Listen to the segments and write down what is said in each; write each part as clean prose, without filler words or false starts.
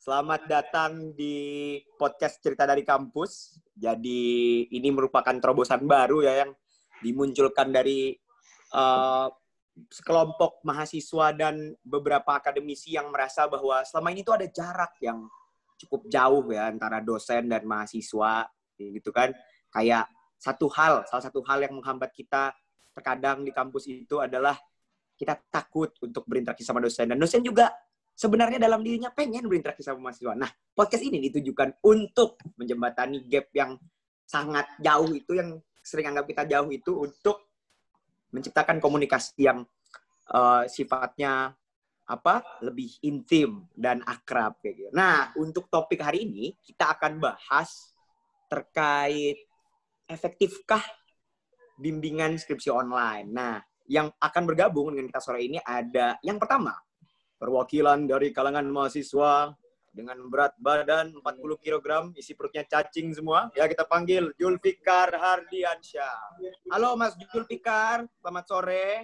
Selamat datang di podcast Cerita dari Kampus. Jadi ini merupakan terobosan baru ya yang dimunculkan dari sekelompok mahasiswa dan beberapa akademisi yang merasa bahwa selama ini tuh ada jarak yang cukup jauh ya antara dosen dan mahasiswa gitu kan. Kayak salah satu hal yang menghambat kita terkadang di kampus itu adalah kita takut untuk berinteraksi sama dosen. Dan dosen juga sebenarnya dalam dirinya pengen berinteraksi sama mahasiswa. Nah, podcast ini ditujukan untuk menjembatani gap yang sangat jauh itu, yang sering anggap kita jauh itu, untuk menciptakan komunikasi yang sifatnya lebih intim dan akrab kayak gitu. Nah, untuk topik hari ini kita akan bahas terkait efektifkah bimbingan skripsi online. Nah, yang akan bergabung dengan kita sore ini ada yang pertama, perwakilan dari kalangan mahasiswa dengan berat badan 40 kg, isi perutnya cacing semua. Ya, kita panggil Julfikar Hardiansyah. Halo Mas Julfikar, selamat sore.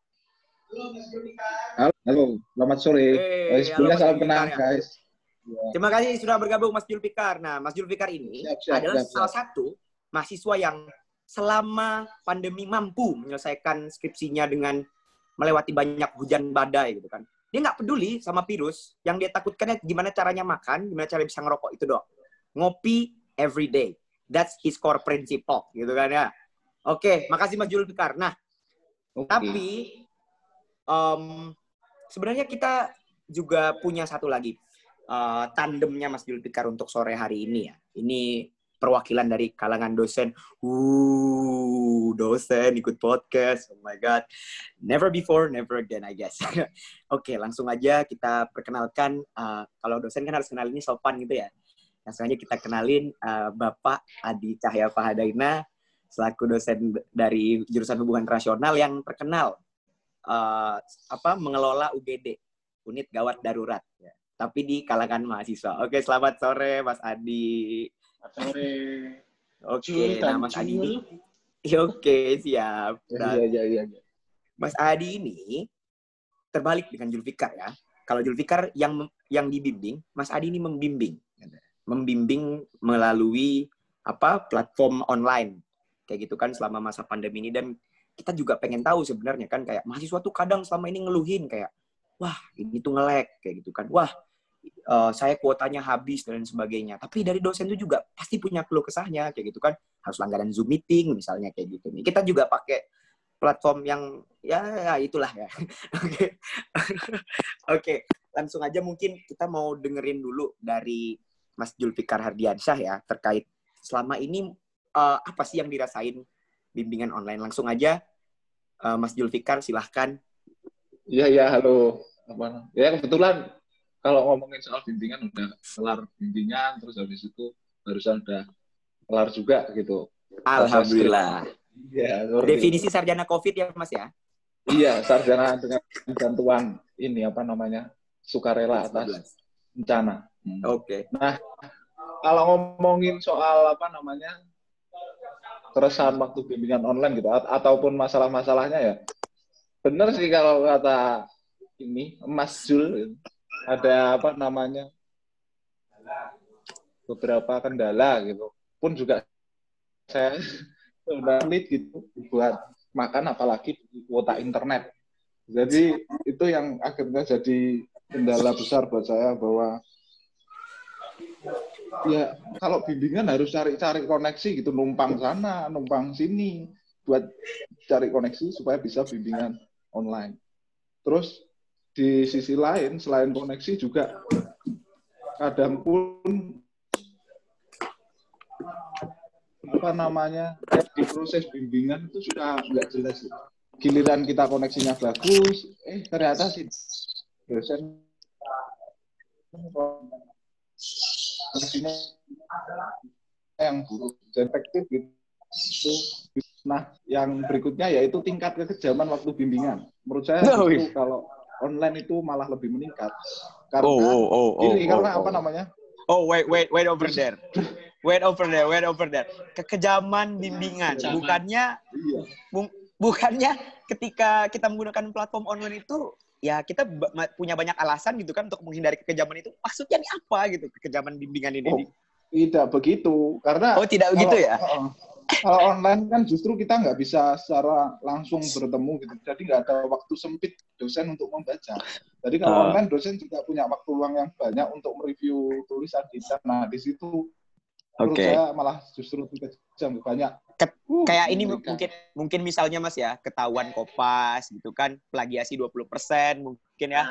Halo, selamat sore. Sebelumnya salam kenal, guys. Terima kasih sudah bergabung Mas Julfikar. Nah, Mas Julfikar ini adalah salah satu mahasiswa yang selama pandemi mampu menyelesaikan skripsinya dengan melewati banyak hujan badai gitu kan. Dia nggak peduli sama virus, yang dia takutkan gimana caranya makan, gimana cara bisa ngerokok, itu doang. Ngopi every day. That's his core principle, gitu kan ya. Oke, makasih Mas Julfikar. Nah, tapi sebenarnya kita juga punya satu lagi tandemnya Mas Julfikar untuk sore hari ini ya. Ini perwakilan dari kalangan dosen. Dosen ikut podcast. Oh my God. Never before, never again, I guess. Oke, langsung aja kita perkenalkan. Kalau dosen kan harus kenal ini sopan gitu ya. Langsung aja kita kenalin Bapak Adi Cahya Fahadaina, selaku dosen dari jurusan hubungan internasional yang terkenal mengelola UGD, unit gawat darurat. Ya. Tapi di kalangan mahasiswa. Oke, selamat sore Mas Adi. Sore. Oke, nah Mas Adi ini. Oke, siap. Iya. Mas Adi ini terbalik dengan Julfikar ya. Kalau Julfikar yang dibimbing, Mas Adi ini membimbing melalui platform online. Kayak gitu kan selama masa pandemi ini. Dan kita juga pengen tahu sebenarnya kan, kayak mahasiswa tuh kadang selama ini ngeluhin kayak, wah ini tuh nge-lag kayak gitu kan. Wah, saya kuotanya habis dan sebagainya. Tapi dari dosen itu juga pasti punya keluh kesahnya kayak gitu kan. Harus langganan Zoom meeting misalnya kayak gitu nih. Kita juga pakai platform yang ya itulah ya. Oke, langsung aja mungkin kita mau dengerin dulu dari Mas Julfikar Hardiansyah ya, terkait selama ini apa sih yang dirasain bimbingan online. Langsung aja Mas Julfikar, silahkan. Iya, halo. Ya kebetulan kalau ngomongin soal bimbingan udah kelar bimbingan, terus habis itu barusan udah kelar juga gitu. Alhamdulillah. Ya, definisi sarjana COVID ya Mas ya? Iya, sarjana dengan bantuan ini sukarela atas bencana. Oke. Nah, kalau ngomongin soal keresahan waktu bimbingan online gitu ataupun masalah-masalahnya ya, benar sih kalau kata ini Mas Jul, ada beberapa kendala gitu. Pun juga saya sudah sulit gitu buat makan, apalagi kuota internet. Jadi itu yang akhirnya jadi kendala besar buat saya, bahwa ya kalau bimbingan harus cari koneksi gitu, numpang sana, numpang sini buat cari koneksi supaya bisa bimbingan online. Terus di sisi lain, selain koneksi juga kadang pun di proses bimbingan itu sudah nggak jelas. Giliran kita koneksinya bagus, ternyata sih dosen koneksinya yang buruk, efektif gitu. Nah, yang berikutnya yaitu tingkat kekejaman waktu bimbingan. Menurut saya itu kalau online itu malah lebih meningkat. Karena wait over there. Kekejaman bimbingan. Bukannya ketika kita menggunakan platform online itu ya kita punya banyak alasan gitu kan untuk menghindari kekejaman itu. Maksudnya nih apa gitu kekejaman bimbingan ini? Oh, tidak begitu. Karena tidak begitu ya? Kalau online kan justru kita nggak bisa secara langsung bertemu gitu. Jadi nggak ada waktu sempit dosen untuk membaca. Jadi kalau online dosen juga punya waktu luang yang banyak untuk mereview tulisan kita. Nah di situ menurut saya malah justru lebih kejam, banyak. Kayak ini mungkin misalnya Mas ya, ketahuan kopas gitu kan, plagiasi 20% mungkin ya.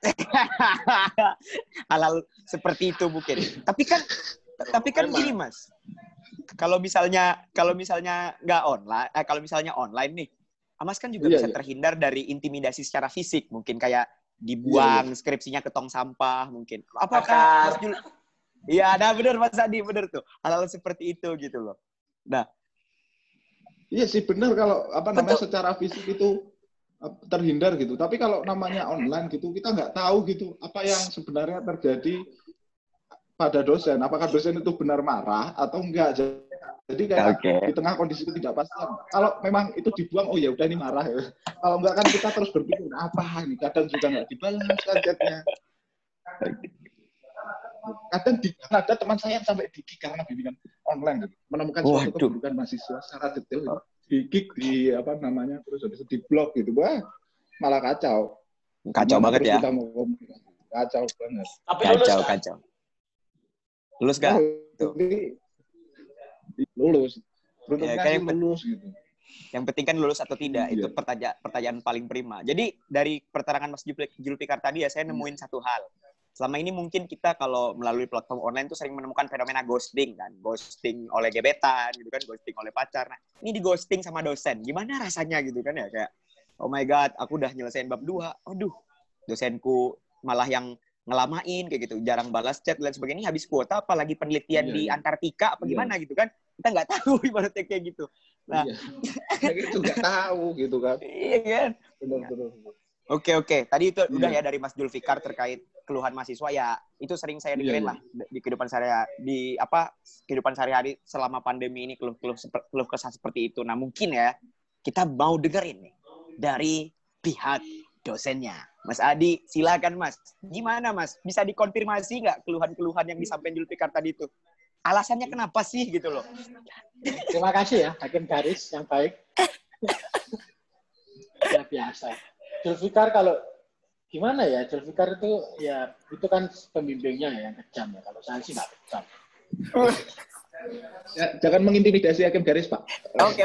Hal-hal seperti itu mungkin. Tapi kan gini Mas. Kalau misalnya nggak online, kalau misalnya online nih, Mas kan juga bisa terhindar dari intimidasi secara fisik, mungkin kayak dibuang skripsinya ke tong sampah mungkin. Apakah Mas Jul? Iya, nah benar Mas Adi, benar tuh. Hal-hal seperti itu gitu loh. Nah, iya sih benar kalau namanya secara fisik itu terhindar gitu. Tapi kalau namanya online gitu, kita nggak tahu gitu apa yang sebenarnya terjadi pada dosen. Apakah dosen itu benar marah atau enggak? Jadi kayak di tengah kondisi itu tidak pasti. Kalau memang itu dibuang, oh ya udah ini marah ya. Kalau enggak kan kita terus berpikir apa ini. Kadang juga nggak dibalas chatnya. Kadang ada teman saya yang sampai di-kick karena bimbingan online gitu. Menemukan suatu keburukan mahasiswa secara detail di-kick terus habis itu di-blok gitu. Wah, malah kacau. Kacau banget ya. Kita mau kacau banget. Tapi kacau. Lulus gak? Lulus. Beruntungnya lulus gitu. Yang penting kan lulus atau tidak, itu pertanyaan paling prima. Jadi dari keterangan Mas Julfikar tadi ya, saya nemuin satu hal. Selama ini mungkin kita kalau melalui platform online tuh sering menemukan fenomena ghosting kan. Ghosting oleh gebetan gitu kan, ghosting oleh pacar. Nah, ini di ghosting sama dosen. Gimana rasanya gitu kan ya, kayak oh my god, aku udah nyelesain bab 2. Aduh, dosenku malah yang ngelamain kayak gitu, jarang balas chat dan sebagainya, habis kuota apalagi penelitian di Antartika apa gimana gitu kan. Kita nggak tahu ibaratnya kayak gitu. Nah, itu nggak tahu gitu kan. Iya kan? Benar. Oke. Tadi itu udah ya dari Mas Julfikar terkait keluhan mahasiswa ya. Itu sering saya dengerin lah di kehidupan kehidupan sehari-hari selama pandemi ini, keluh kesah seperti itu. Nah, mungkin ya kita mau dengerin nih dari pihak dosennya. Mas Adi, silakan Mas. Gimana Mas? Bisa dikonfirmasi nggak keluhan-keluhan yang disampaikan Julfikar tadi itu? Alasannya kenapa sih gitu loh? Terima kasih ya, Hakim Garis yang baik. Ya biasa. Julfikar kalau gimana ya, Julfikar itu ya itu kan pembimbingnya ya, yang kejam ya. Kalau saya sih nggak kejam. Ya, jangan mengintimidasi Hakim Garis, Pak. Oke.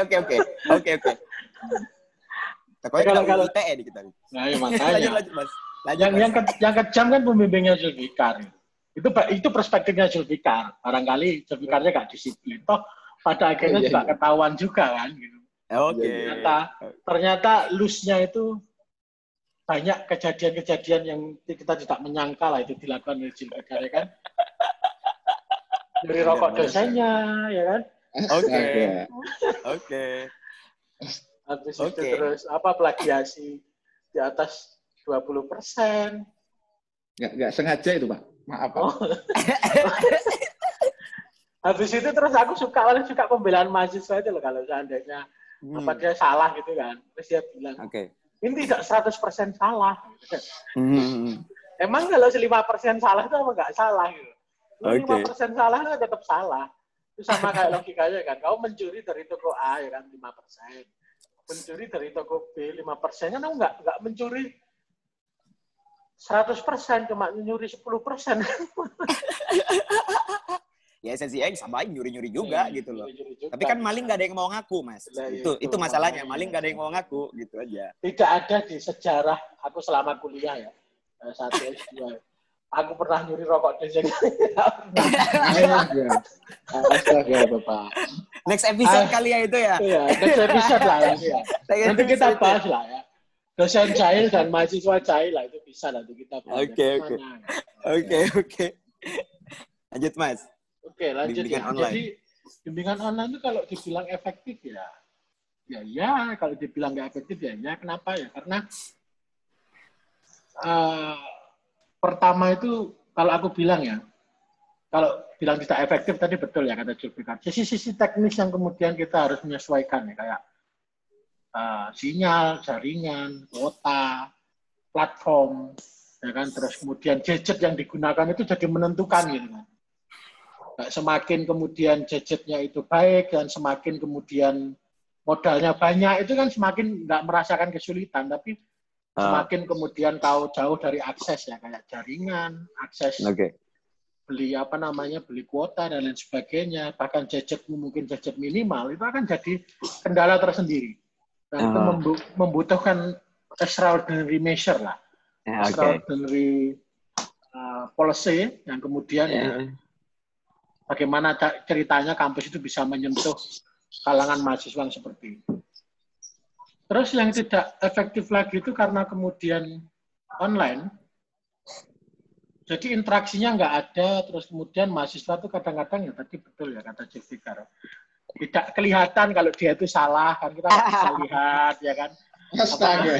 Kalau ITE di kita. Nah, ya makanya. Lanjut, Mas. Yang kejam kan pembimbingnya Julfikar. Itu perspektifnya Julfikar. Barangkali Julfikarnya nggak disiplin. Toh pada akhirnya juga ketahuan juga kan. Gitu. Oke. Ternyata loose-nya itu banyak kejadian-kejadian yang kita tidak menyangka lah itu dilakukan oleh Julfikar ya kan. Dari rokok dosennya ya kan. Oke. Habis itu terus plagiasi di atas 20%. Nggak sengaja itu, Pak. Maaf, Pak. Habis itu terus aku suka pembelaan mahasiswa itu loh, kalau seandainya dia salah gitu kan. Terus dia bilang, ini tidak 100% salah. Emang kalau 5% salah itu apa nggak salah gitu? 5% salah itu tetap salah. Itu sama kayak logikanya kan. Kau mencuri dari toko A ya kan 5%. Mencuri dari toko B 5%, kan nggak mencuri 100%, cuma nyuri 10%. Ya esensinya sama nyuri-nyuri juga gitu loh. Tapi kan maling nggak ada yang mau ngaku, Mas. Itu masalahnya, maling nggak ada yang mau ngaku gitu aja. Tidak ada di sejarah aku selama kuliah ya, 1 S2. Aku pernah nyuri rokok dosen. Astaga, Bapak. Next episode kali ya itu ya. Iya, next episode lah ya. Nanti kita bahas lah ya. Dosen jahil dan mahasiswa jahil lah, itu bisa nanti kita bahas. Oke. Lanjut Mas. Oke, lanjut ya. Jadi bimbingan online itu kalau dibilang efektif ya kalau dibilang nggak efektif ya kenapa ya? Karena pertama itu kalau aku bilang ya, kalau bilang tidak efektif tadi betul ya kata Julfikar. Sisi-sisi teknis yang kemudian kita harus menyesuaikan ya, kayak sinyal, jaringan, kuota, platform, ya kan, terus kemudian gadget yang digunakan itu jadi menentukan gitu kan. Nah, semakin kemudian gadgetnya itu baik dan semakin kemudian modalnya banyak, itu kan semakin nggak merasakan kesulitan, tapi semakin kemudian kau jauh dari akses ya, kayak jaringan, akses beli beli kuota dan lain sebagainya, bahkan gadgetmu mungkin gadget minimal, itu akan jadi kendala tersendiri. Dan itu membutuhkan extraordinary measure lah, extraordinary policy yang kemudian bagaimana ceritanya kampus itu bisa menyentuh kalangan mahasiswa yang seperti itu. Terus yang tidak efektif lagi itu karena kemudian online, jadi interaksinya nggak ada, terus kemudian mahasiswa itu kadang-kadang ya tadi betul ya kata Jeff Fikar, tidak kelihatan kalau dia itu salah, kan kita nggak bisa lihat ya kan. Astaga.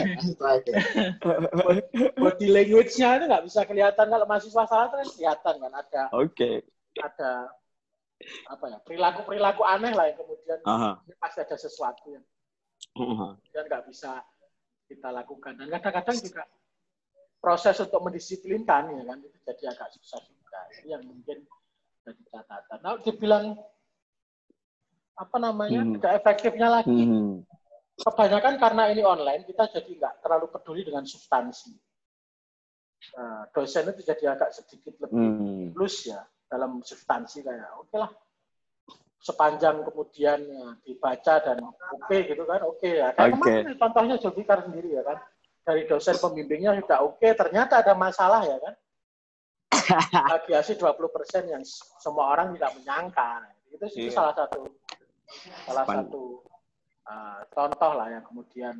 Body language-nya itu nggak bisa kelihatan, kalau mahasiswa salah itu kan kelihatan kan, ada ada perilaku aneh lah yang kemudian ini pasti ada sesuatu yang nggak bisa kita lakukan. Dan kadang-kadang juga proses untuk mendisiplinkan ya kan itu jadi agak susah juga. Itu yang mungkin jadi catatan. Nah, dibilang tidak efektifnya lagi. Kebanyakan karena ini online, kita jadi nggak terlalu peduli dengan substansi. Dosen itu jadi agak sedikit lebih loose ya dalam substansi, kayak oke lah, sepanjang kemudian dibaca dan gitu kan, ya. Kayak kemarin contohnya Zulfikar sendiri ya kan, dari dosen pembimbingnya sudah ternyata ada masalah ya kan, plagiasi 20% yang semua orang tidak menyangka. Itu salah satu contoh lah yang kemudian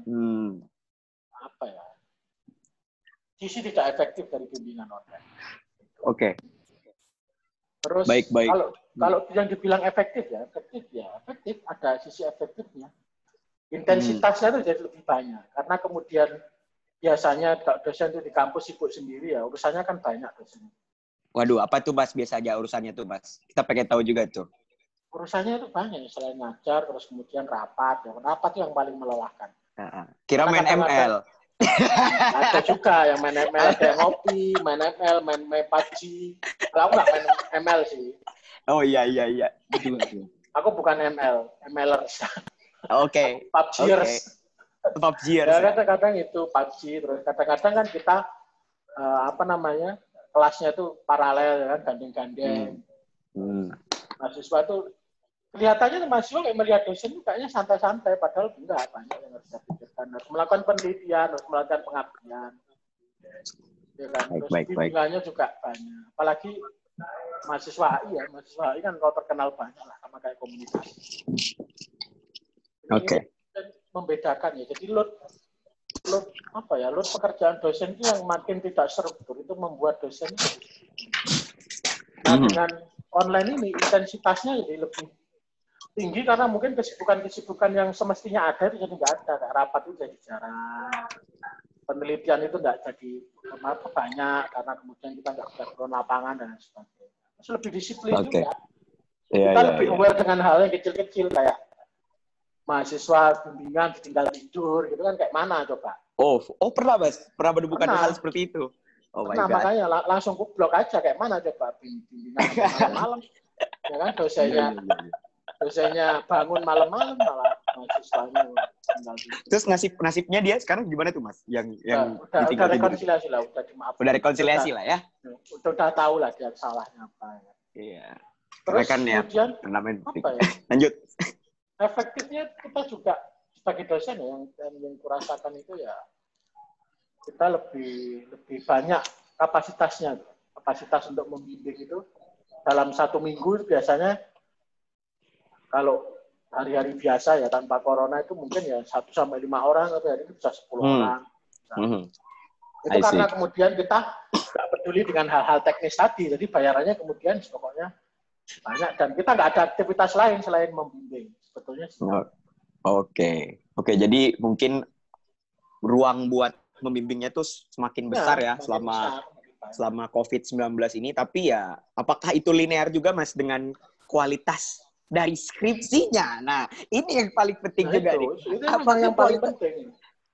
sisi tidak efektif dari bimbingan online. Terus kalau yang dibilang efektif ada sisi efektifnya. Intensitasnya itu jadi lebih banyak karena kemudian biasanya dosen itu di kampus sibuk sendiri ya, urusannya kan banyak dosen. Waduh, apa tuh Mas biasanya urusannya tuh Mas? Kita pengen tahu juga tuh. Urusannya itu banyak, selain ngajar, terus kemudian rapat. Ya, rapat itu yang paling melelahkan. Kira main ML. Ada juga yang main ML, ada yang ngopi, main ML, main PUBG. Kalau aku nggak main ML sih. Oh iya. Aku bukan MLers. PUBGers. Ya, kadang-kadang itu PUBG, terus kadang-kadang kan kita kelasnya itu paralel kan, gandeng-gandeng. Mahasiswa itu kelihatannya mahasiswa kayak melihat dosen itu kayaknya santai-santai, padahal enggak, banyak yang harus dipikirkan, harus melakukan penelitian, harus melakukan pengabdian, ya kan. Terus bimbingannya juga banyak, apalagi mahasiswa AI kan kalau terkenal banyak lah sama kayak komunikasi. Dan membedakan ya, jadi load pekerjaan dosen itu yang makin tidak struktur itu membuat dosen itu. Nah, dengan online ini intensitasnya jadi lebih tinggi karena mungkin kesibukan yang semestinya ada itu jadi nggak ada. Kayak rapat itu jadi jarang. Penelitian itu nggak jadi banyak karena kemudian kita nggak bisa turun lapangan dan sebagainya. Terus lebih disiplin juga. Kita lebih aware dengan hal yang kecil-kecil kayak mahasiswa bimbingan tinggal tidur gitu kan, kayak mana coba? Oh pernah Mas? Pernah menemukan hal seperti itu? Oh my God. Makanya langsung ku blok aja, kayak mana coba bimbingan malam-malam. Ya kan dosennya bangun malam-malam malah mahasiswanya tinggal tidur. Terus nasibnya dia sekarang gimana tuh Mas? Yang udah rekonsiliasi lah, udah dimaafkan. Udah rekonsiliasi lah ya. Udah tahu lah dia salahnya apa ya. Iya. Terus kan kemudian lanjut. Efektifnya kita juga sebagai dosen ya, yang kurasakan itu ya kita lebih banyak kapasitas untuk membimbing itu dalam 1 minggu biasanya. Kalau hari-hari biasa ya tanpa corona itu mungkin ya 1-5 orang, tapi hari ini bisa 10 orang. Itu karena kemudian kita nggak peduli dengan hal-hal teknis tadi, jadi bayarannya kemudian pokoknya banyak dan kita nggak ada aktivitas lain selain membimbing. Sebetulnya. Oke, jadi mungkin ruang buat membimbingnya tuh semakin besar ya selama COVID-19 ini. Tapi ya, apakah itu linear juga Mas dengan kualitas dari skripsinya? Nah, ini yang paling penting juga nih. Itu yang paling penting.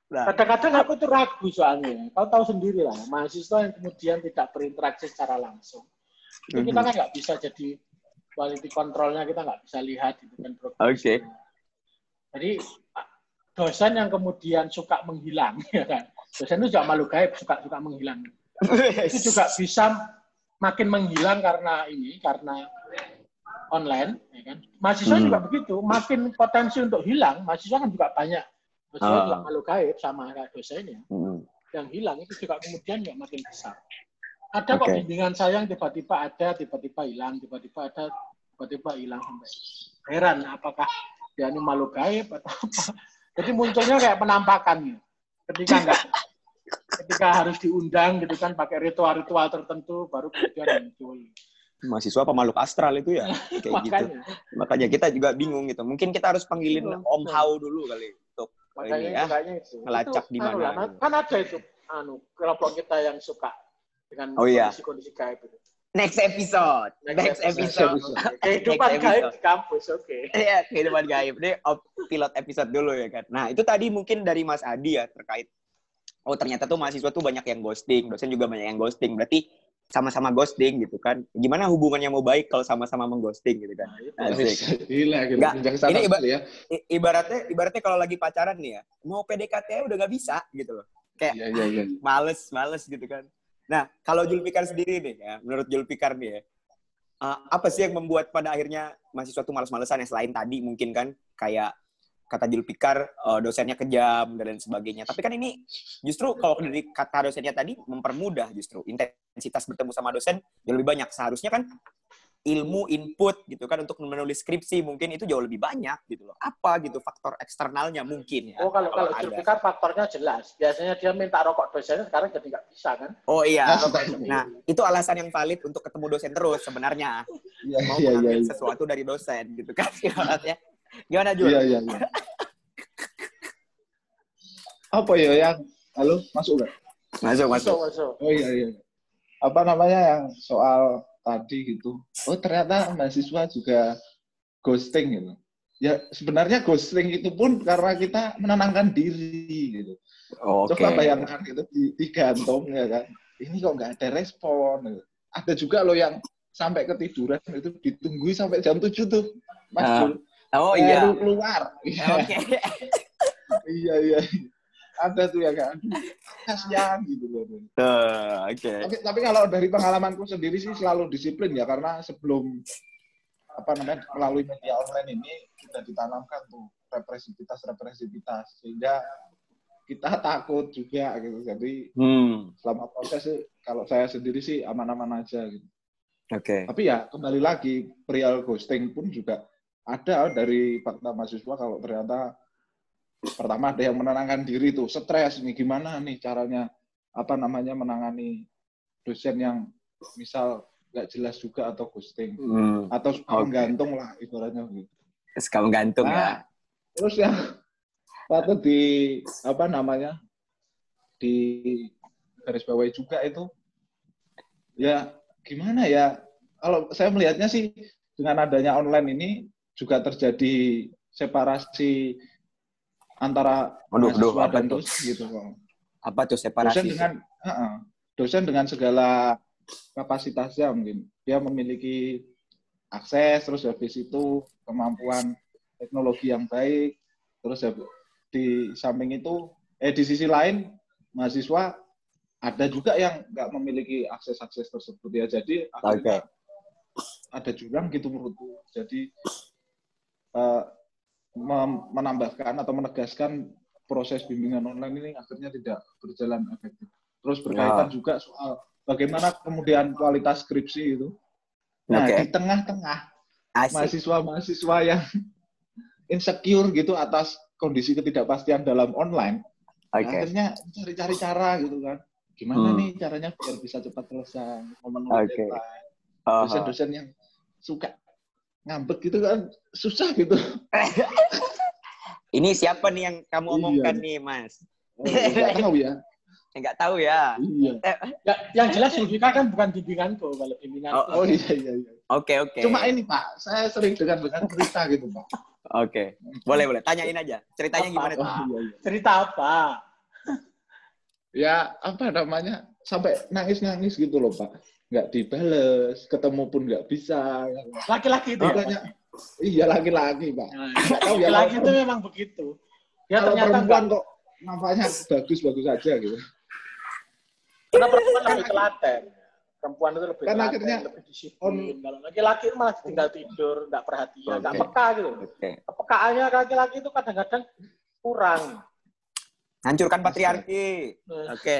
Nah. Kadang-kadang aku tuh ragu soalnya. Kau tahu sendiri lah, mahasiswa yang kemudian tidak berinteraksi secara langsung. Itu kita kan nggak bisa jadi quality control-nya, kita nggak bisa lihat itu kan progresnya. Jadi dosen yang kemudian suka menghilang, ya kan? Dosen itu juga malu gaib, suka menghilang. Itu juga bisa makin menghilang karena online, ya kan? Mahasiswa juga begitu, makin potensi untuk hilang, mahasiswa kan juga banyak. Mahasiswa juga malu gaib sama kayak dosennya. Yang hilang itu juga kemudian juga makin besar. Ada kok bimbingan saya yang tiba-tiba ada, tiba-tiba hilang, tiba-tiba ada, tiba-tiba hilang sampai heran apakah dia ini malu gaib atau apa. Jadi munculnya kayak penampakan. Ketika harus diundang gitu kan pakai ritual-ritual tertentu baru kemudian muncul. Mahasiswa apa makhluk astral itu ya? Kayak gitu. Makanya kita juga bingung gitu. Mungkin kita harus panggilin Om Hao dulu kali untuk ini ya. Ngelacak di mana. Kan ada itu kelompok kita yang suka dengan kondisi-kondisi gaib itu. Next episode. Kehidupan gaib di kampus, Iya, kehidupan gaib. Ini pilot episode dulu ya kan. Nah, itu tadi mungkin dari Mas Adi ya terkait ternyata tuh mahasiswa tuh banyak yang ghosting, dosen juga banyak yang ghosting. Berarti sama-sama ghosting gitu kan. Gimana hubungannya mau baik kalau sama-sama mengghosting gitu kan. Gila gitu. Ini ibaratnya kalau lagi pacaran nih ya, mau PDKT udah gak bisa gitu loh. Kayak males gitu kan. Nah, kalau Julfikar sendiri nih ya, menurut Julfikar nih ya, apa sih yang membuat pada akhirnya mahasiswa tuh malas-malesan ya, selain tadi mungkin kan kayak kata Julfikar dosennya kejam dan lain sebagainya. Tapi kan ini justru kalau dari kata dosennya tadi mempermudah justru intensitas bertemu sama dosen jauh lebih banyak. Seharusnya kan ilmu input gitu kan untuk menulis skripsi mungkin itu jauh lebih banyak gitu loh. Apa gitu faktor eksternalnya mungkin ya. Kalau Julfikar faktornya jelas. Biasanya dia minta rokok dosennya, sekarang jadi nggak bisa kan? Oh iya. Nah, itu alasan yang valid untuk ketemu dosen terus sebenarnya. Mau mengambil sesuatu dari dosen gitu kan. Gimana Jul? Iya. Apa ya yang halo masuk nggak? Masuk. Oh iya. Apa namanya yang soal tadi gitu. Oh ternyata mahasiswa juga ghosting gitu. Ya sebenarnya ghosting itu pun karena kita menenangkan diri gitu. Coba bayangkan gitu digantung ya kan. Ini kok nggak ada respon. Gitu. Ada juga loh yang sampai ketiduran itu ditunggu sampai jam 7 tuh. Mas Jul. Iya. Keluar. Iya. Ada tuh ya kan, kasihan gitu loh. Tapi kalau dari pengalamanku sendiri sih selalu disiplin ya, karena sebelum melalui media online ini sudah ditanamkan tuh represivitas sehingga kita takut juga gitu. Jadi selama proses sih, kalau saya sendiri sih aman-aman aja gitu. Tapi ya kembali lagi perihal ghosting pun juga ada dari fakta mahasiswa kalau ternyata pertama ada yang menenangkan diri tuh, stres nih gimana nih caranya menangani dosen yang misal nggak jelas juga atau ghosting atau suka menggantung lah ibaratnya gitu. Suka menggantung ya. Terus yang patut di di garis bawahi juga itu ya gimana ya, kalau saya melihatnya sih dengan adanya online ini juga terjadi separasi antara mahasiswa dan dosen gitu kok. Apa tuh separasi? Dosen dengan segala kapasitasnya mungkin. Dia memiliki akses, terus habis itu kemampuan teknologi yang baik, terus di samping itu, di sisi lain mahasiswa ada juga yang nggak memiliki akses tersebut ya. Jadi akhirnya ada jurang gitu menurutku. Jadi menambahkan atau menegaskan proses bimbingan online ini akhirnya tidak berjalan efektif. Terus berkaitan juga soal bagaimana kemudian kualitas skripsi itu. Nah, di tengah-tengah mahasiswa yang insecure gitu atas kondisi ketidakpastian dalam online, akhirnya cari-cari cara gitu kan. Gimana nih caranya biar bisa cepat selesai, memenuhi deadline. Dosen-dosen yang suka ngambek gitu kan susah gitu. Ini siapa nih yang kamu omongkan nih, Mas? Enggak tahu ya. Enggak tahu ya. Iya. Yang jelas Julfikar kan bukan bimbinganku, kalau bimbinganku. Oh iya. Oke. Cuma ini Pak, saya sering dengar cerita gitu Pak. Boleh. Tanyain aja. Ceritanya gimana tuh? Cerita apa? ya apa namanya sampai nangis-nangis gitu loh Pak, nggak dibales, ketemu pun nggak bisa. Laki-laki itu ya? Banyak, iya laki-laki Pak. Nggak tahu ya, laki-laki itu memang begitu. Ya kalau ternyata perempuan enggak. kok nampaknya bagus-bagus aja gitu. Karena perempuan lebih telaten. Perempuan itu lebih Kan telaten, akhirnya lebih disiplin. Kalau laki-laki itu malah tinggal tidur, nggak perhatian, nggak peka gitu. Kepekaannya laki-laki itu kadang-kadang kurang. Hancurkan patriarki. Oke.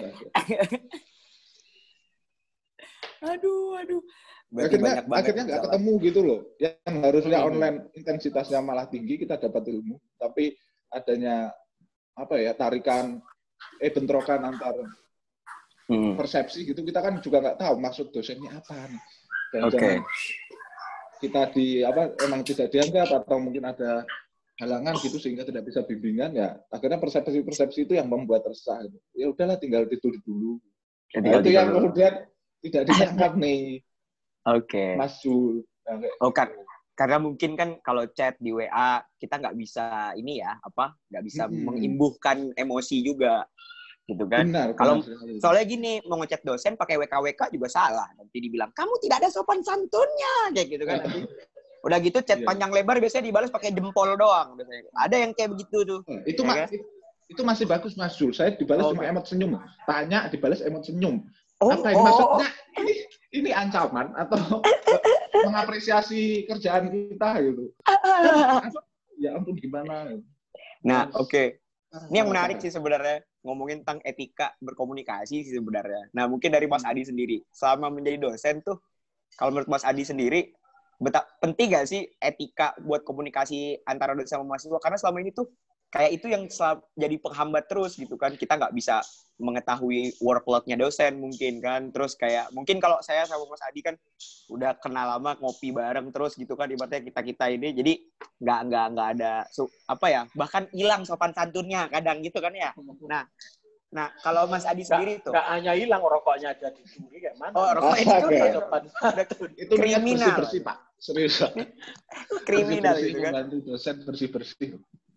Aduh. Akhirnya nggak ketemu gitu loh. Yang harusnya online intensitasnya malah tinggi, kita dapat ilmu. Tapi adanya tarikan, bentrokan antar persepsi gitu, kita kan juga nggak tahu maksud dosennya apa nih. Dan kita emang tidak dianggap atau mungkin ada halangan gitu sehingga tidak bisa bimbingan, ya akhirnya persepsi itu yang membuat resah. Ya udahlah, tinggal tidur dulu. Itu yang kemudian tidak dianggap nih. Mas Jul. Karena mungkin kan kalau chat di WA kita nggak bisa nggak bisa mengimbuhkan emosi juga, gitu kan? Kalau soalnya gini, mau ngechat dosen pakai WK juga salah. Nanti dibilang kamu tidak ada sopan santunnya, kayak gitu kan. Nanti udah gitu chat panjang lebar biasanya dibalas pakai jempol doang biasanya. Ada yang kayak begitu tuh. Itu masih bagus Mas Jul. Saya dibalas cuma emot senyum. Tanya dibalas emot senyum. Apa ini maksudnya? Ini ancaman atau mengapresiasi kerjaan kita gitu. Ya ampun, gimana. Nah, oke. Ini yang menarik sih sebenarnya, ngomongin tentang etika berkomunikasi sih sebenarnya. Nah, mungkin dari Mas Adi sendiri, selama menjadi dosen tuh, kalau menurut Mas Adi sendiri, penting gak sih etika buat komunikasi antara dosen sama mahasiswa? Karena selama ini tuh kayak itu yang jadi penghambat terus gitu kan. Kita nggak bisa mengetahui workload-nya dosen mungkin kan. Terus kayak mungkin kalau saya sama Mas Adi kan udah kenal lama, ngopi bareng terus gitu kan, ibaratnya kita ini jadi nggak ada bahkan hilang sopan santunnya kadang gitu kan ya. Nah kalau Mas Adi sendiri tuh nggak hanya hilang, rokoknya aja dicuri kayak mana? Rokoknya dicuri itu kriminal bersih Pak, serius. Kriminal itu kan. Bantu dosen bersih.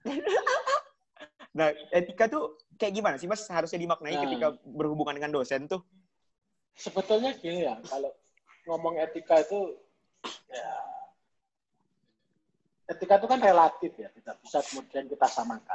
Nah, etika tuh kayak gimana sih Mas harusnya dimaknai ketika berhubungan dengan dosen tuh? Sebetulnya gini ya, kalau ngomong etika itu ya, etika itu kan relatif ya, tidak bisa kemudian kita samakan.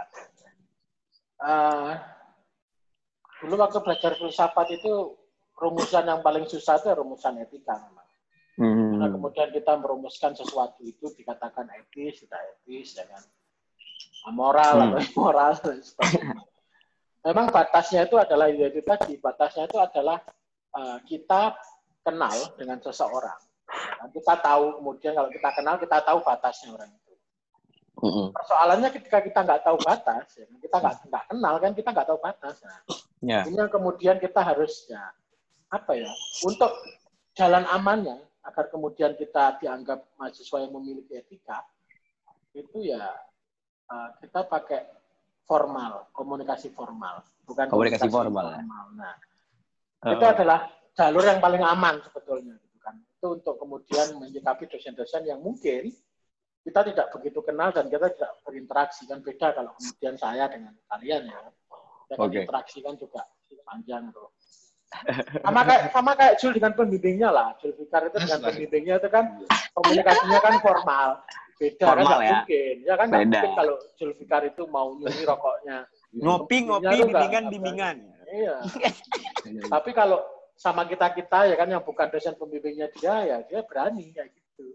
Dulu waktu belajar filsafat itu rumusan yang paling susah itu rumusan etika memang. Karena kemudian kita merumuskan sesuatu itu dikatakan etis, tidak etis, ya kan? Moral atau immoral. Memang batasnya itu adalah batasnya itu adalah kita kenal dengan seseorang. Kita tahu, kemudian kalau kita kenal, kita tahu batasnya orang itu. Persoalannya ketika kita nggak tahu batas, ya, kita nggak kenal kan, kita nggak tahu batas. Ini yang kemudian kita harus untuk jalan amannya agar kemudian kita dianggap mahasiswa yang memiliki etika, itu ya kita pakai formal, komunikasi formal, bukan komunikasi formal. Nah, itu adalah jalur yang paling aman sebetulnya, gitu kan. Itu untuk kemudian menyikapi dosen-dosen yang mungkin kita tidak begitu kenal dan kita tidak berinteraksi, kan beda kalau kemudian saya dengan kalian ya. Interaksi kan juga panjang tuh. Sama kayak Jul dengan pembimbingnya lah. Jul Fikar itu dengan pembimbingnya itu kan komunikasinya kan formal. Beda formal, kan nggak mungkin. Ya kan nggak mungkin kalau Jul Fikar itu mau nyuri rokoknya. Ngopi, bimbingan. Iya. Tapi kalau sama kita ya kan yang bukan dosen pembimbingnya dia berani kayak gitu.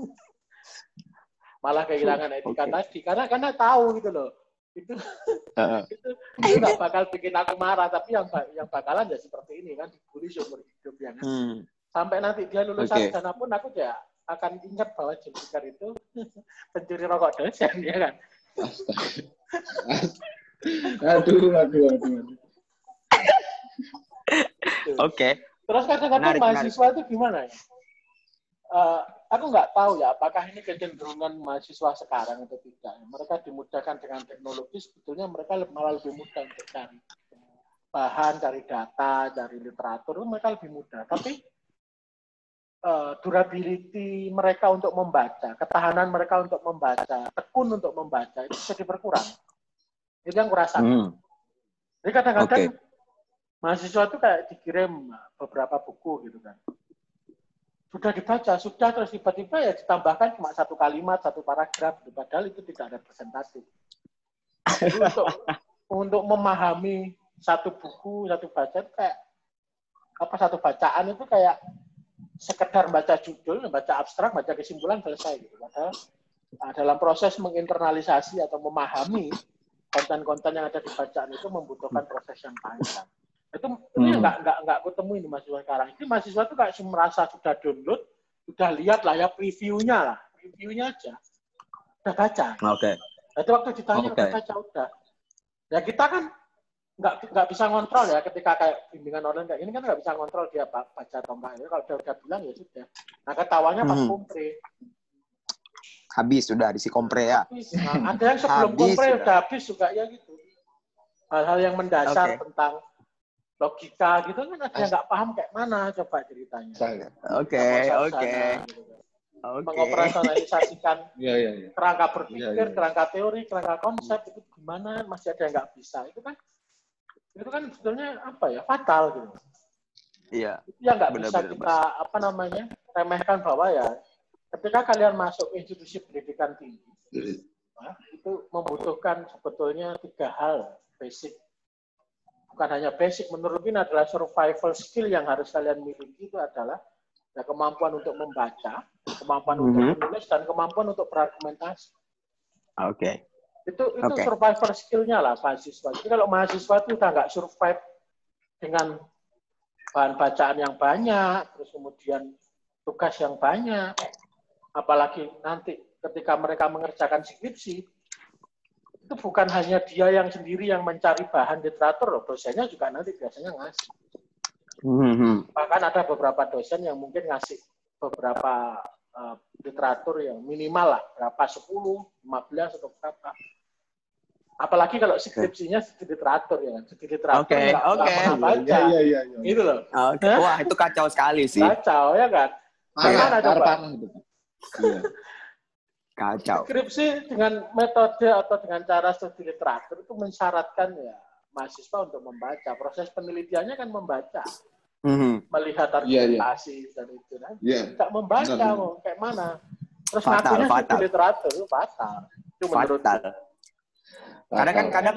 Malah kehilangan etika tadi karena tahu gitu loh. Itu nggak bakal bikin aku marah, tapi yang bakalan ya seperti ini kan, dibully seumur hidup ya kan. Sampai nanti dia lulus sarjana pun aku ya akan ingat bahwa Jul Fikar itu pencuri rokok dosen ya kan. Aduh. Oke. Terus kadang-kadang mahasiswa itu gimana ya? Aku nggak tahu ya apakah ini kecenderungan mahasiswa sekarang atau tidak. Mereka dimudahkan dengan teknologi, sebetulnya mereka malah lebih mudah untuk cari bahan, cari data, cari literatur, mereka lebih mudah. Tapi durability mereka untuk membaca, ketahanan mereka untuk membaca, tekun untuk membaca itu jadi berkurang. Itu yang kurasakan. Jadi kadang-kadang mahasiswa tuh kayak dikirim beberapa buku gitu kan. Sudah dibaca, sudah, terus tiba-tiba ya ditambahkan cuma satu kalimat, satu paragraf, gitu. Padahal itu tidak representatif. Jadi untuk memahami satu buku, satu bacaan itu kayak sekedar baca judul, baca abstrak, baca kesimpulan, selesai gitu. Padahal dalam proses menginternalisasi atau memahami konten-konten yang ada di bacaan itu membutuhkan proses yang panjang. Itu yang nggak ketemu ini mahasiswa sekarang. Ini mahasiswa tuh kayak merasa sudah download, sudah lihat lah ya previewnya aja, udah baca. Oke. Itu waktu ditanya udah baca udah. Ya kita kan nggak bisa ngontrol ya ketika kayak bimbingan online kayak ini kan nggak bisa ngontrol dia baca atau enggak. Kalau dia udah bilang ya sudah. Nah ketawanya pas kompre. Habis sudah diisi kompre ya. Nah, ada yang sebelum kompre udah habis juga ya gitu. Hal-hal yang mendasar tentang logika gitu kan ada yang nggak paham kayak mana coba ceritanya. Oke. Mengoperasionalisasikan kerangka berpikir, kerangka teori, kerangka konsep itu gimana masih ada yang nggak bisa. Itu kan sebetulnya apa ya fatal gitu. Iya. Yang nggak bisa kita remehkan bahwa ya ketika kalian masuk institusi pendidikan tinggi itu membutuhkan sebetulnya 3 hal basic. Bukan hanya basic, menurut ini adalah survival skill yang harus kalian miliki itu adalah ya, kemampuan untuk membaca, kemampuan untuk menulis, dan kemampuan untuk berargumentasi. Oke. Itu survival skill-nya lah mahasiswa. Jadi kalau mahasiswa itu udah nggak survive dengan bahan bacaan yang banyak, terus kemudian tugas yang banyak, apalagi nanti ketika mereka mengerjakan skripsi, itu bukan hanya dia yang sendiri yang mencari bahan literatur, loh. Dosennya juga nanti biasanya ngasih. Bahkan ada beberapa dosen yang mungkin ngasih beberapa literatur yang minimal lah, berapa 10, 15 atau berapa. Apalagi kalau skripsinya studi literatur ya kan, studi literatur nggak pernah baca, gitu loh. Wah itu kacau sekali sih. Kacau ya kan. Gimana coba? Kacau. Skripsi dengan metode atau dengan cara studi literatur itu mensyaratkan ya mahasiswa untuk membaca. Proses penelitiannya kan membaca, melihat argumentasi dan itu kan. Tidak membaca mau kayak mana. Terus ngakunya studi literatur itu fatal. Itu menurut fatal. Karena kan kadang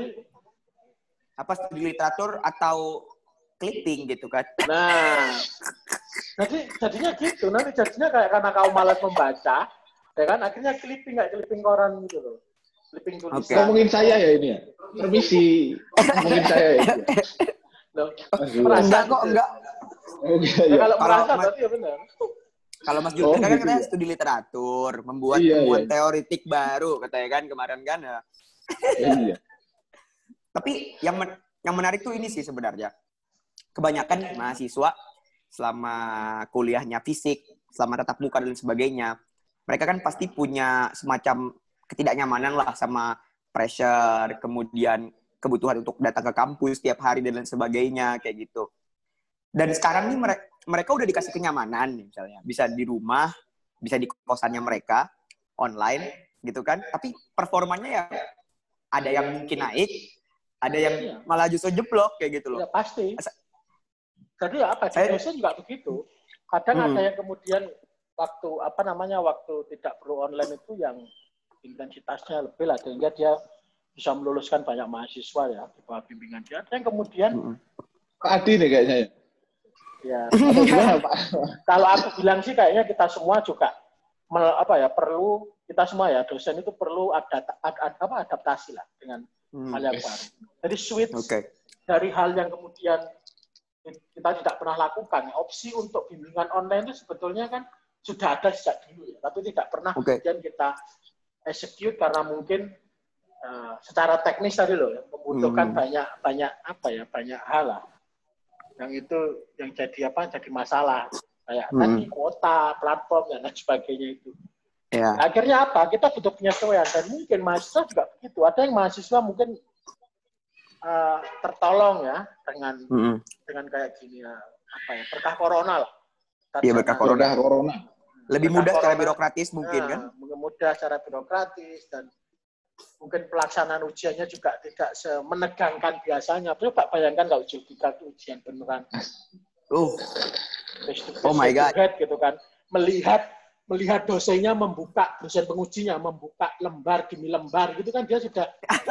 studi literatur atau clipping gitu kan. Nah, jadinya gitu. Nanti jadinya kayak karena kau malas membaca, ya kan akhirnya clipping kayak clipping koran gitu loh. Clipping tulisan. Ngomongin saya ya ini ya. Permisi. Ngomongin saya ya. Loh, enggak kok, enggak. Kalau merasa berarti ya benar. Kalau Mas Julfir kan katanya studi literatur, membuat teoritik baru katanya kan kemarin kan ya. Iya. Tapi yang menarik tuh ini sih sebenarnya. Kebanyakan mahasiswa selama kuliahnya fisik, selama tatap muka dan sebagainya, mereka kan pasti punya semacam ketidaknyamanan lah sama pressure, kemudian kebutuhan untuk datang ke kampus setiap hari dan lain sebagainya, kayak gitu. Dan sekarang nih mereka udah dikasih kenyamanan nih, misalnya. Bisa di rumah, bisa di kosannya mereka, online, gitu kan. Tapi performanya ya ada yang mungkin naik, ada yang malah justru jeblok, kayak gitu loh. Ya pasti. Jadi apa? Dosen juga begitu. Kadang ada yang kemudian waktu tidak perlu online itu yang intensitasnya lebih lah, sehingga dia bisa meluluskan banyak mahasiswa ya di bawah bimbingan dia. Ada yang kemudian Pak Adi nih kayaknya ya. Ya. Kalau aku bilang sih kayaknya kita semua juga perlu, kita semua ya dosen itu perlu adaptasi lah dengan hal yang baru. Jadi switch dari hal yang kemudian kita tidak pernah lakukan. Opsi untuk bimbingan online itu sebetulnya kan sudah ada sejak dulu ya, tapi tidak pernah kemudian kita execute karena mungkin secara teknis tadi loh ya, membutuhkan banyak hal lah. Yang itu yang jadi masalah kayak tadi kuota, platform dan lain sebagainya itu. Yeah. Akhirnya apa? Kita butuh penyesuaian dan mungkin mahasiswa juga begitu. Ada yang mahasiswa mungkin tertolong ya dengan kayak gini ya, berkah corona lah. Iya, berkah corona. Lebih mudah secara birokratis mungkin kan? Mudah secara birokratis dan Mungkin pelaksanaan ujiannya juga tidak semenegangkan biasanya. Coba bayangkan kalau Julfika itu ujian beneran. Oh my God. Gitu kan. Melihat dosennya dosen pengujinya membuka lembar demi lembar gitu kan, dia sudah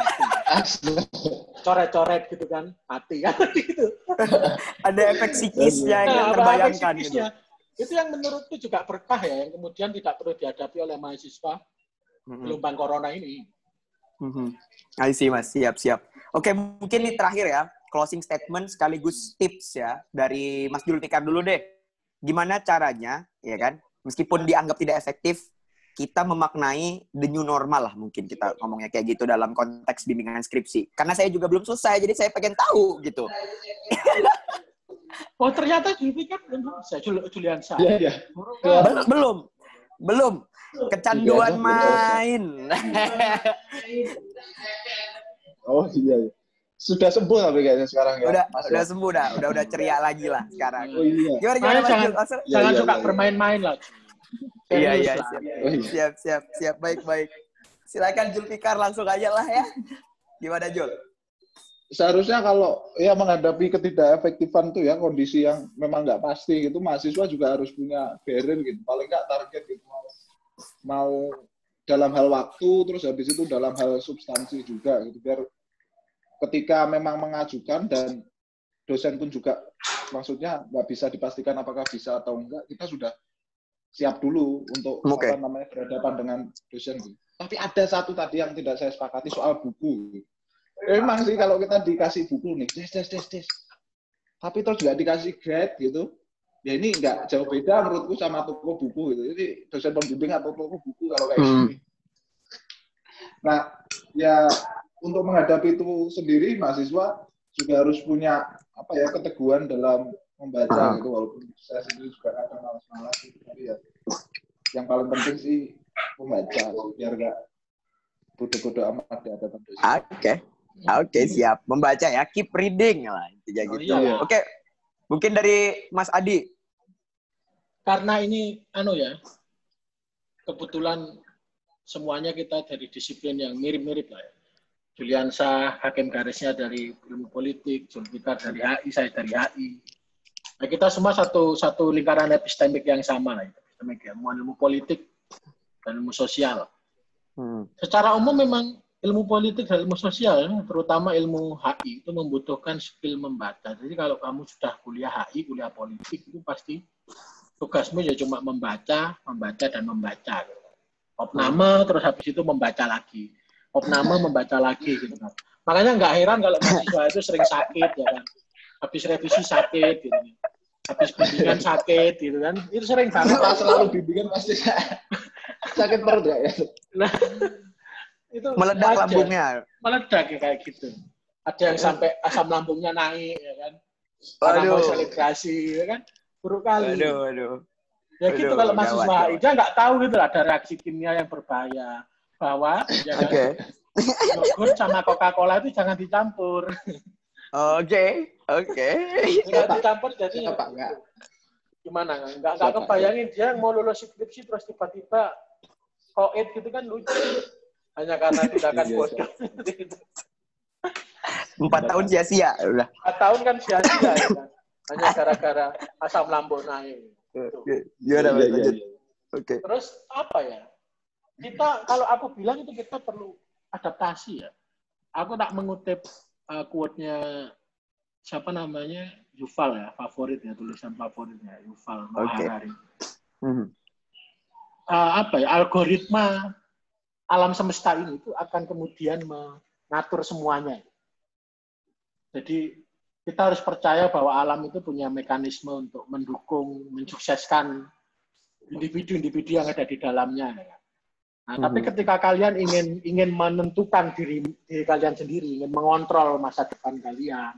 coret-coret gitu kan, mati kan gitu. Ada efek psikisnya yang terbayangkan gitu. Itu yang menurutku juga berkah ya, yang kemudian tidak perlu dihadapi oleh mahasiswa gelombang corona ini. I see, Mas. Siap. Oke, mungkin ini terakhir ya, closing statement sekaligus tips ya dari Mas Julfikar dulu deh. Gimana caranya, ya kan? Meskipun dianggap tidak efektif, kita memaknai the new normal lah, mungkin kita ngomongnya kayak gitu dalam konteks bimbingan skripsi. Karena saya juga belum selesai, jadi saya pengen tahu gitu. Oh, ternyata Julfikar belum selesai, Juliansa. Iya. Belum. Kecanduan main. Oh iya. Sudah sembuh tapi kayaknya sekarang ya. Udah sembuh udah ceria lagi lah sekarang. Oh iya. Gimana jangan suka bermain-main lah. Iya. Siap. Baik. Silakan Julfikar, langsung aja lah ya. Gimana Jul? Seharusnya kalau ya menghadapi ketidakefektifan tuh ya, kondisi yang memang nggak pasti gitu, mahasiswa juga harus punya barrier gitu, paling nggak target gitu, mau dalam hal waktu, terus habis itu dalam hal substansi juga gitu, biar ketika memang mengajukan dan dosen pun juga maksudnya nggak bisa dipastikan apakah bisa atau enggak, kita sudah siap dulu untuk berhadapan dengan dosen gitu. Tapi ada satu tadi yang tidak saya sepakati soal buku. Emang sih kalau kita dikasih buku nih, tes. Tapi terus juga dikasih guide gitu. Ya ini nggak jauh beda menurutku sama toko buku gitu. Jadi dosen pembimbing atau toko buku kalau kayak gini. Nah, ya untuk menghadapi itu sendiri mahasiswa juga harus punya keteguhan dalam membaca gitu, walaupun saya sendiri juga kadang malas-malas gitu. Tapi ya yang paling penting sih membaca biar nggak bodoh-bodoh amat di hadapan dosen. Oke, siap. Membaca ya, keep reading lah intinya gitu. Iya. Oke. Mungkin dari Mas Adi. Karena ini kebetulan semuanya kita dari disiplin yang mirip-mirip lah ya. Juliansa hakim garisnya dari ilmu politik, Julfikar dari HI, saya dari HI. Nah, kita semua satu lingkaran epistemik yang sama lah, epistemik ya, ilmu politik dan ilmu sosial. Secara umum memang ilmu politik dan ilmu sosial, terutama ilmu HI, itu membutuhkan skill membaca. Jadi kalau kamu sudah kuliah HI, kuliah politik, itu pasti tugasmu ya cuma membaca, dan membaca. Opname, terus habis itu membaca lagi. Opname, membaca lagi. Gitu kan. Makanya nggak heran kalau mahasiswa itu sering sakit, ya kan. Habis revisi sakit, gitu. Habis bimbingan sakit, gitu kan. Itu sering banget. Selalu bimbingan pasti sakit perut ya. Nah, itu meledak lambungnya. Meledak ya, kayak gitu. Ada yang sampai asam lambungnya naik, ya kan. Karena mau selebrasi, ya kan. Buruk kali. Aduh. Ya gitu kalau mahasiswa HI, dia nggak tahu gitu ada reaksi kimia yang berbahaya. Bahwa ya kan, yogurt sama Coca-Cola itu jangan dicampur. Oke. Nggak dicampur jadi gimana? Nggak kebayangin dia mau lulus skripsi terus tiba-tiba koid gitu kan lucu. Hanya karena tindakan bodoh. 4 tahun sia-sia udah. 4 tahun kan sia-sia ya kan? Hanya gara-gara asam lambung naik. Gimana lanjut? Oke. Terus apa ya? Kita kalau aku bilang itu kita perlu adaptasi ya. Aku tak mengutip quote-nya siapa namanya? Yuval ya, favoritnya, tulisan favoritnya Yuval Noah Harari. Algoritma alam semesta ini itu akan kemudian mengatur semuanya. Jadi kita harus percaya bahwa alam itu punya mekanisme untuk mendukung, mensukseskan individu-individu yang ada di dalamnya. Nah, tapi ketika kalian ingin menentukan diri kalian sendiri, ingin mengontrol masa depan kalian,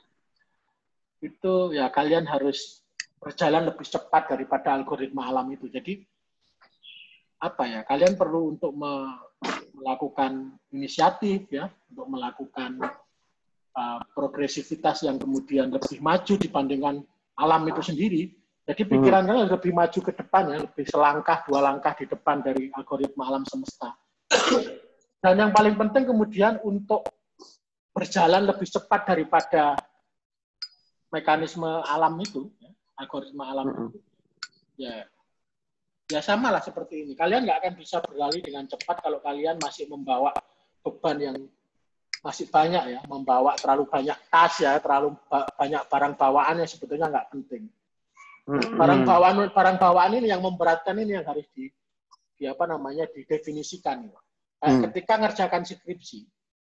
itu ya kalian harus berjalan lebih cepat daripada algoritma alam itu. Jadi kalian perlu untuk melakukan inisiatif ya, untuk melakukan progresivitas yang kemudian lebih maju dibandingkan alam itu sendiri. Jadi pikiran kalian lebih maju ke depan ya, lebih selangkah 2 langkah di depan dari algoritma alam semesta. Dan yang paling penting kemudian untuk berjalan lebih cepat daripada mekanisme alam itu, algoritma alam itu, ya sama lah seperti ini. Kalian nggak akan bisa berlari dengan cepat kalau kalian masih membawa beban yang masih banyak ya, membawa terlalu banyak tas ya, terlalu banyak barang bawaan yang sebetulnya nggak penting. Barang bawaan ini yang memberatkan, ini yang harus didefinisikan. Ketika ngerjakan skripsi,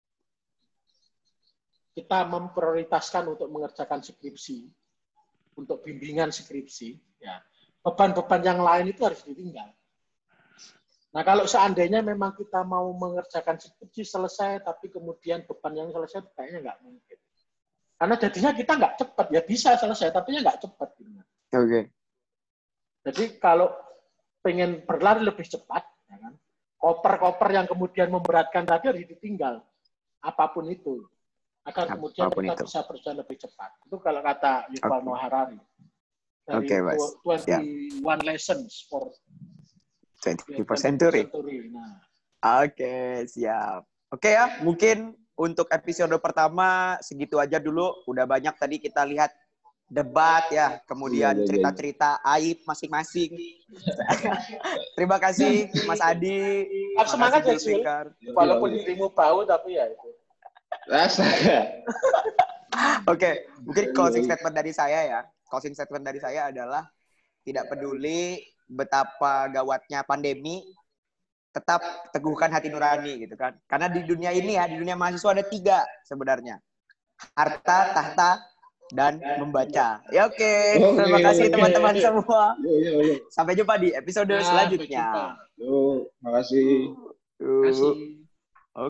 kita memprioritaskan untuk mengerjakan skripsi, untuk bimbingan skripsi, ya, beban-beban yang lain itu harus ditinggal. Nah, kalau seandainya memang kita mau mengerjakan skripsi selesai, tapi kemudian beban yang selesai, kayaknya nggak mungkin. Karena jadinya kita nggak cepat, ya bisa selesai, tapi nggak cepat. Oke. Jadi kalau pengen berlari lebih cepat, ya kan, koper-koper yang kemudian memberatkan tadi harus ditinggal, apapun itu, agar kemudian kita bisa berjalan lebih cepat. Itu kalau kata Yuval Noah Harari dari 21 Lessons for 21st Century. Nah. Oke, siap. Oke ya, mungkin untuk episode pertama segitu aja dulu. Udah banyak tadi kita lihat debat ya, kemudian cerita-cerita aib masing-masing. Terima kasih Mas Adi. Semangat ya, Sil. Walaupun dirimu bau tapi ya itu. Oke, mungkin closing statement dari saya ya. Closing statement dari saya adalah tidak peduli betapa gawatnya pandemi, tetap teguhkan hati nurani gitu kan. Karena di dunia ini ya, di dunia mahasiswa ada 3 sebenarnya. Harta, tahta, dan membaca. Ya oke. Terima kasih teman-teman semua. Sampai jumpa di episode selanjutnya. Terima kasih.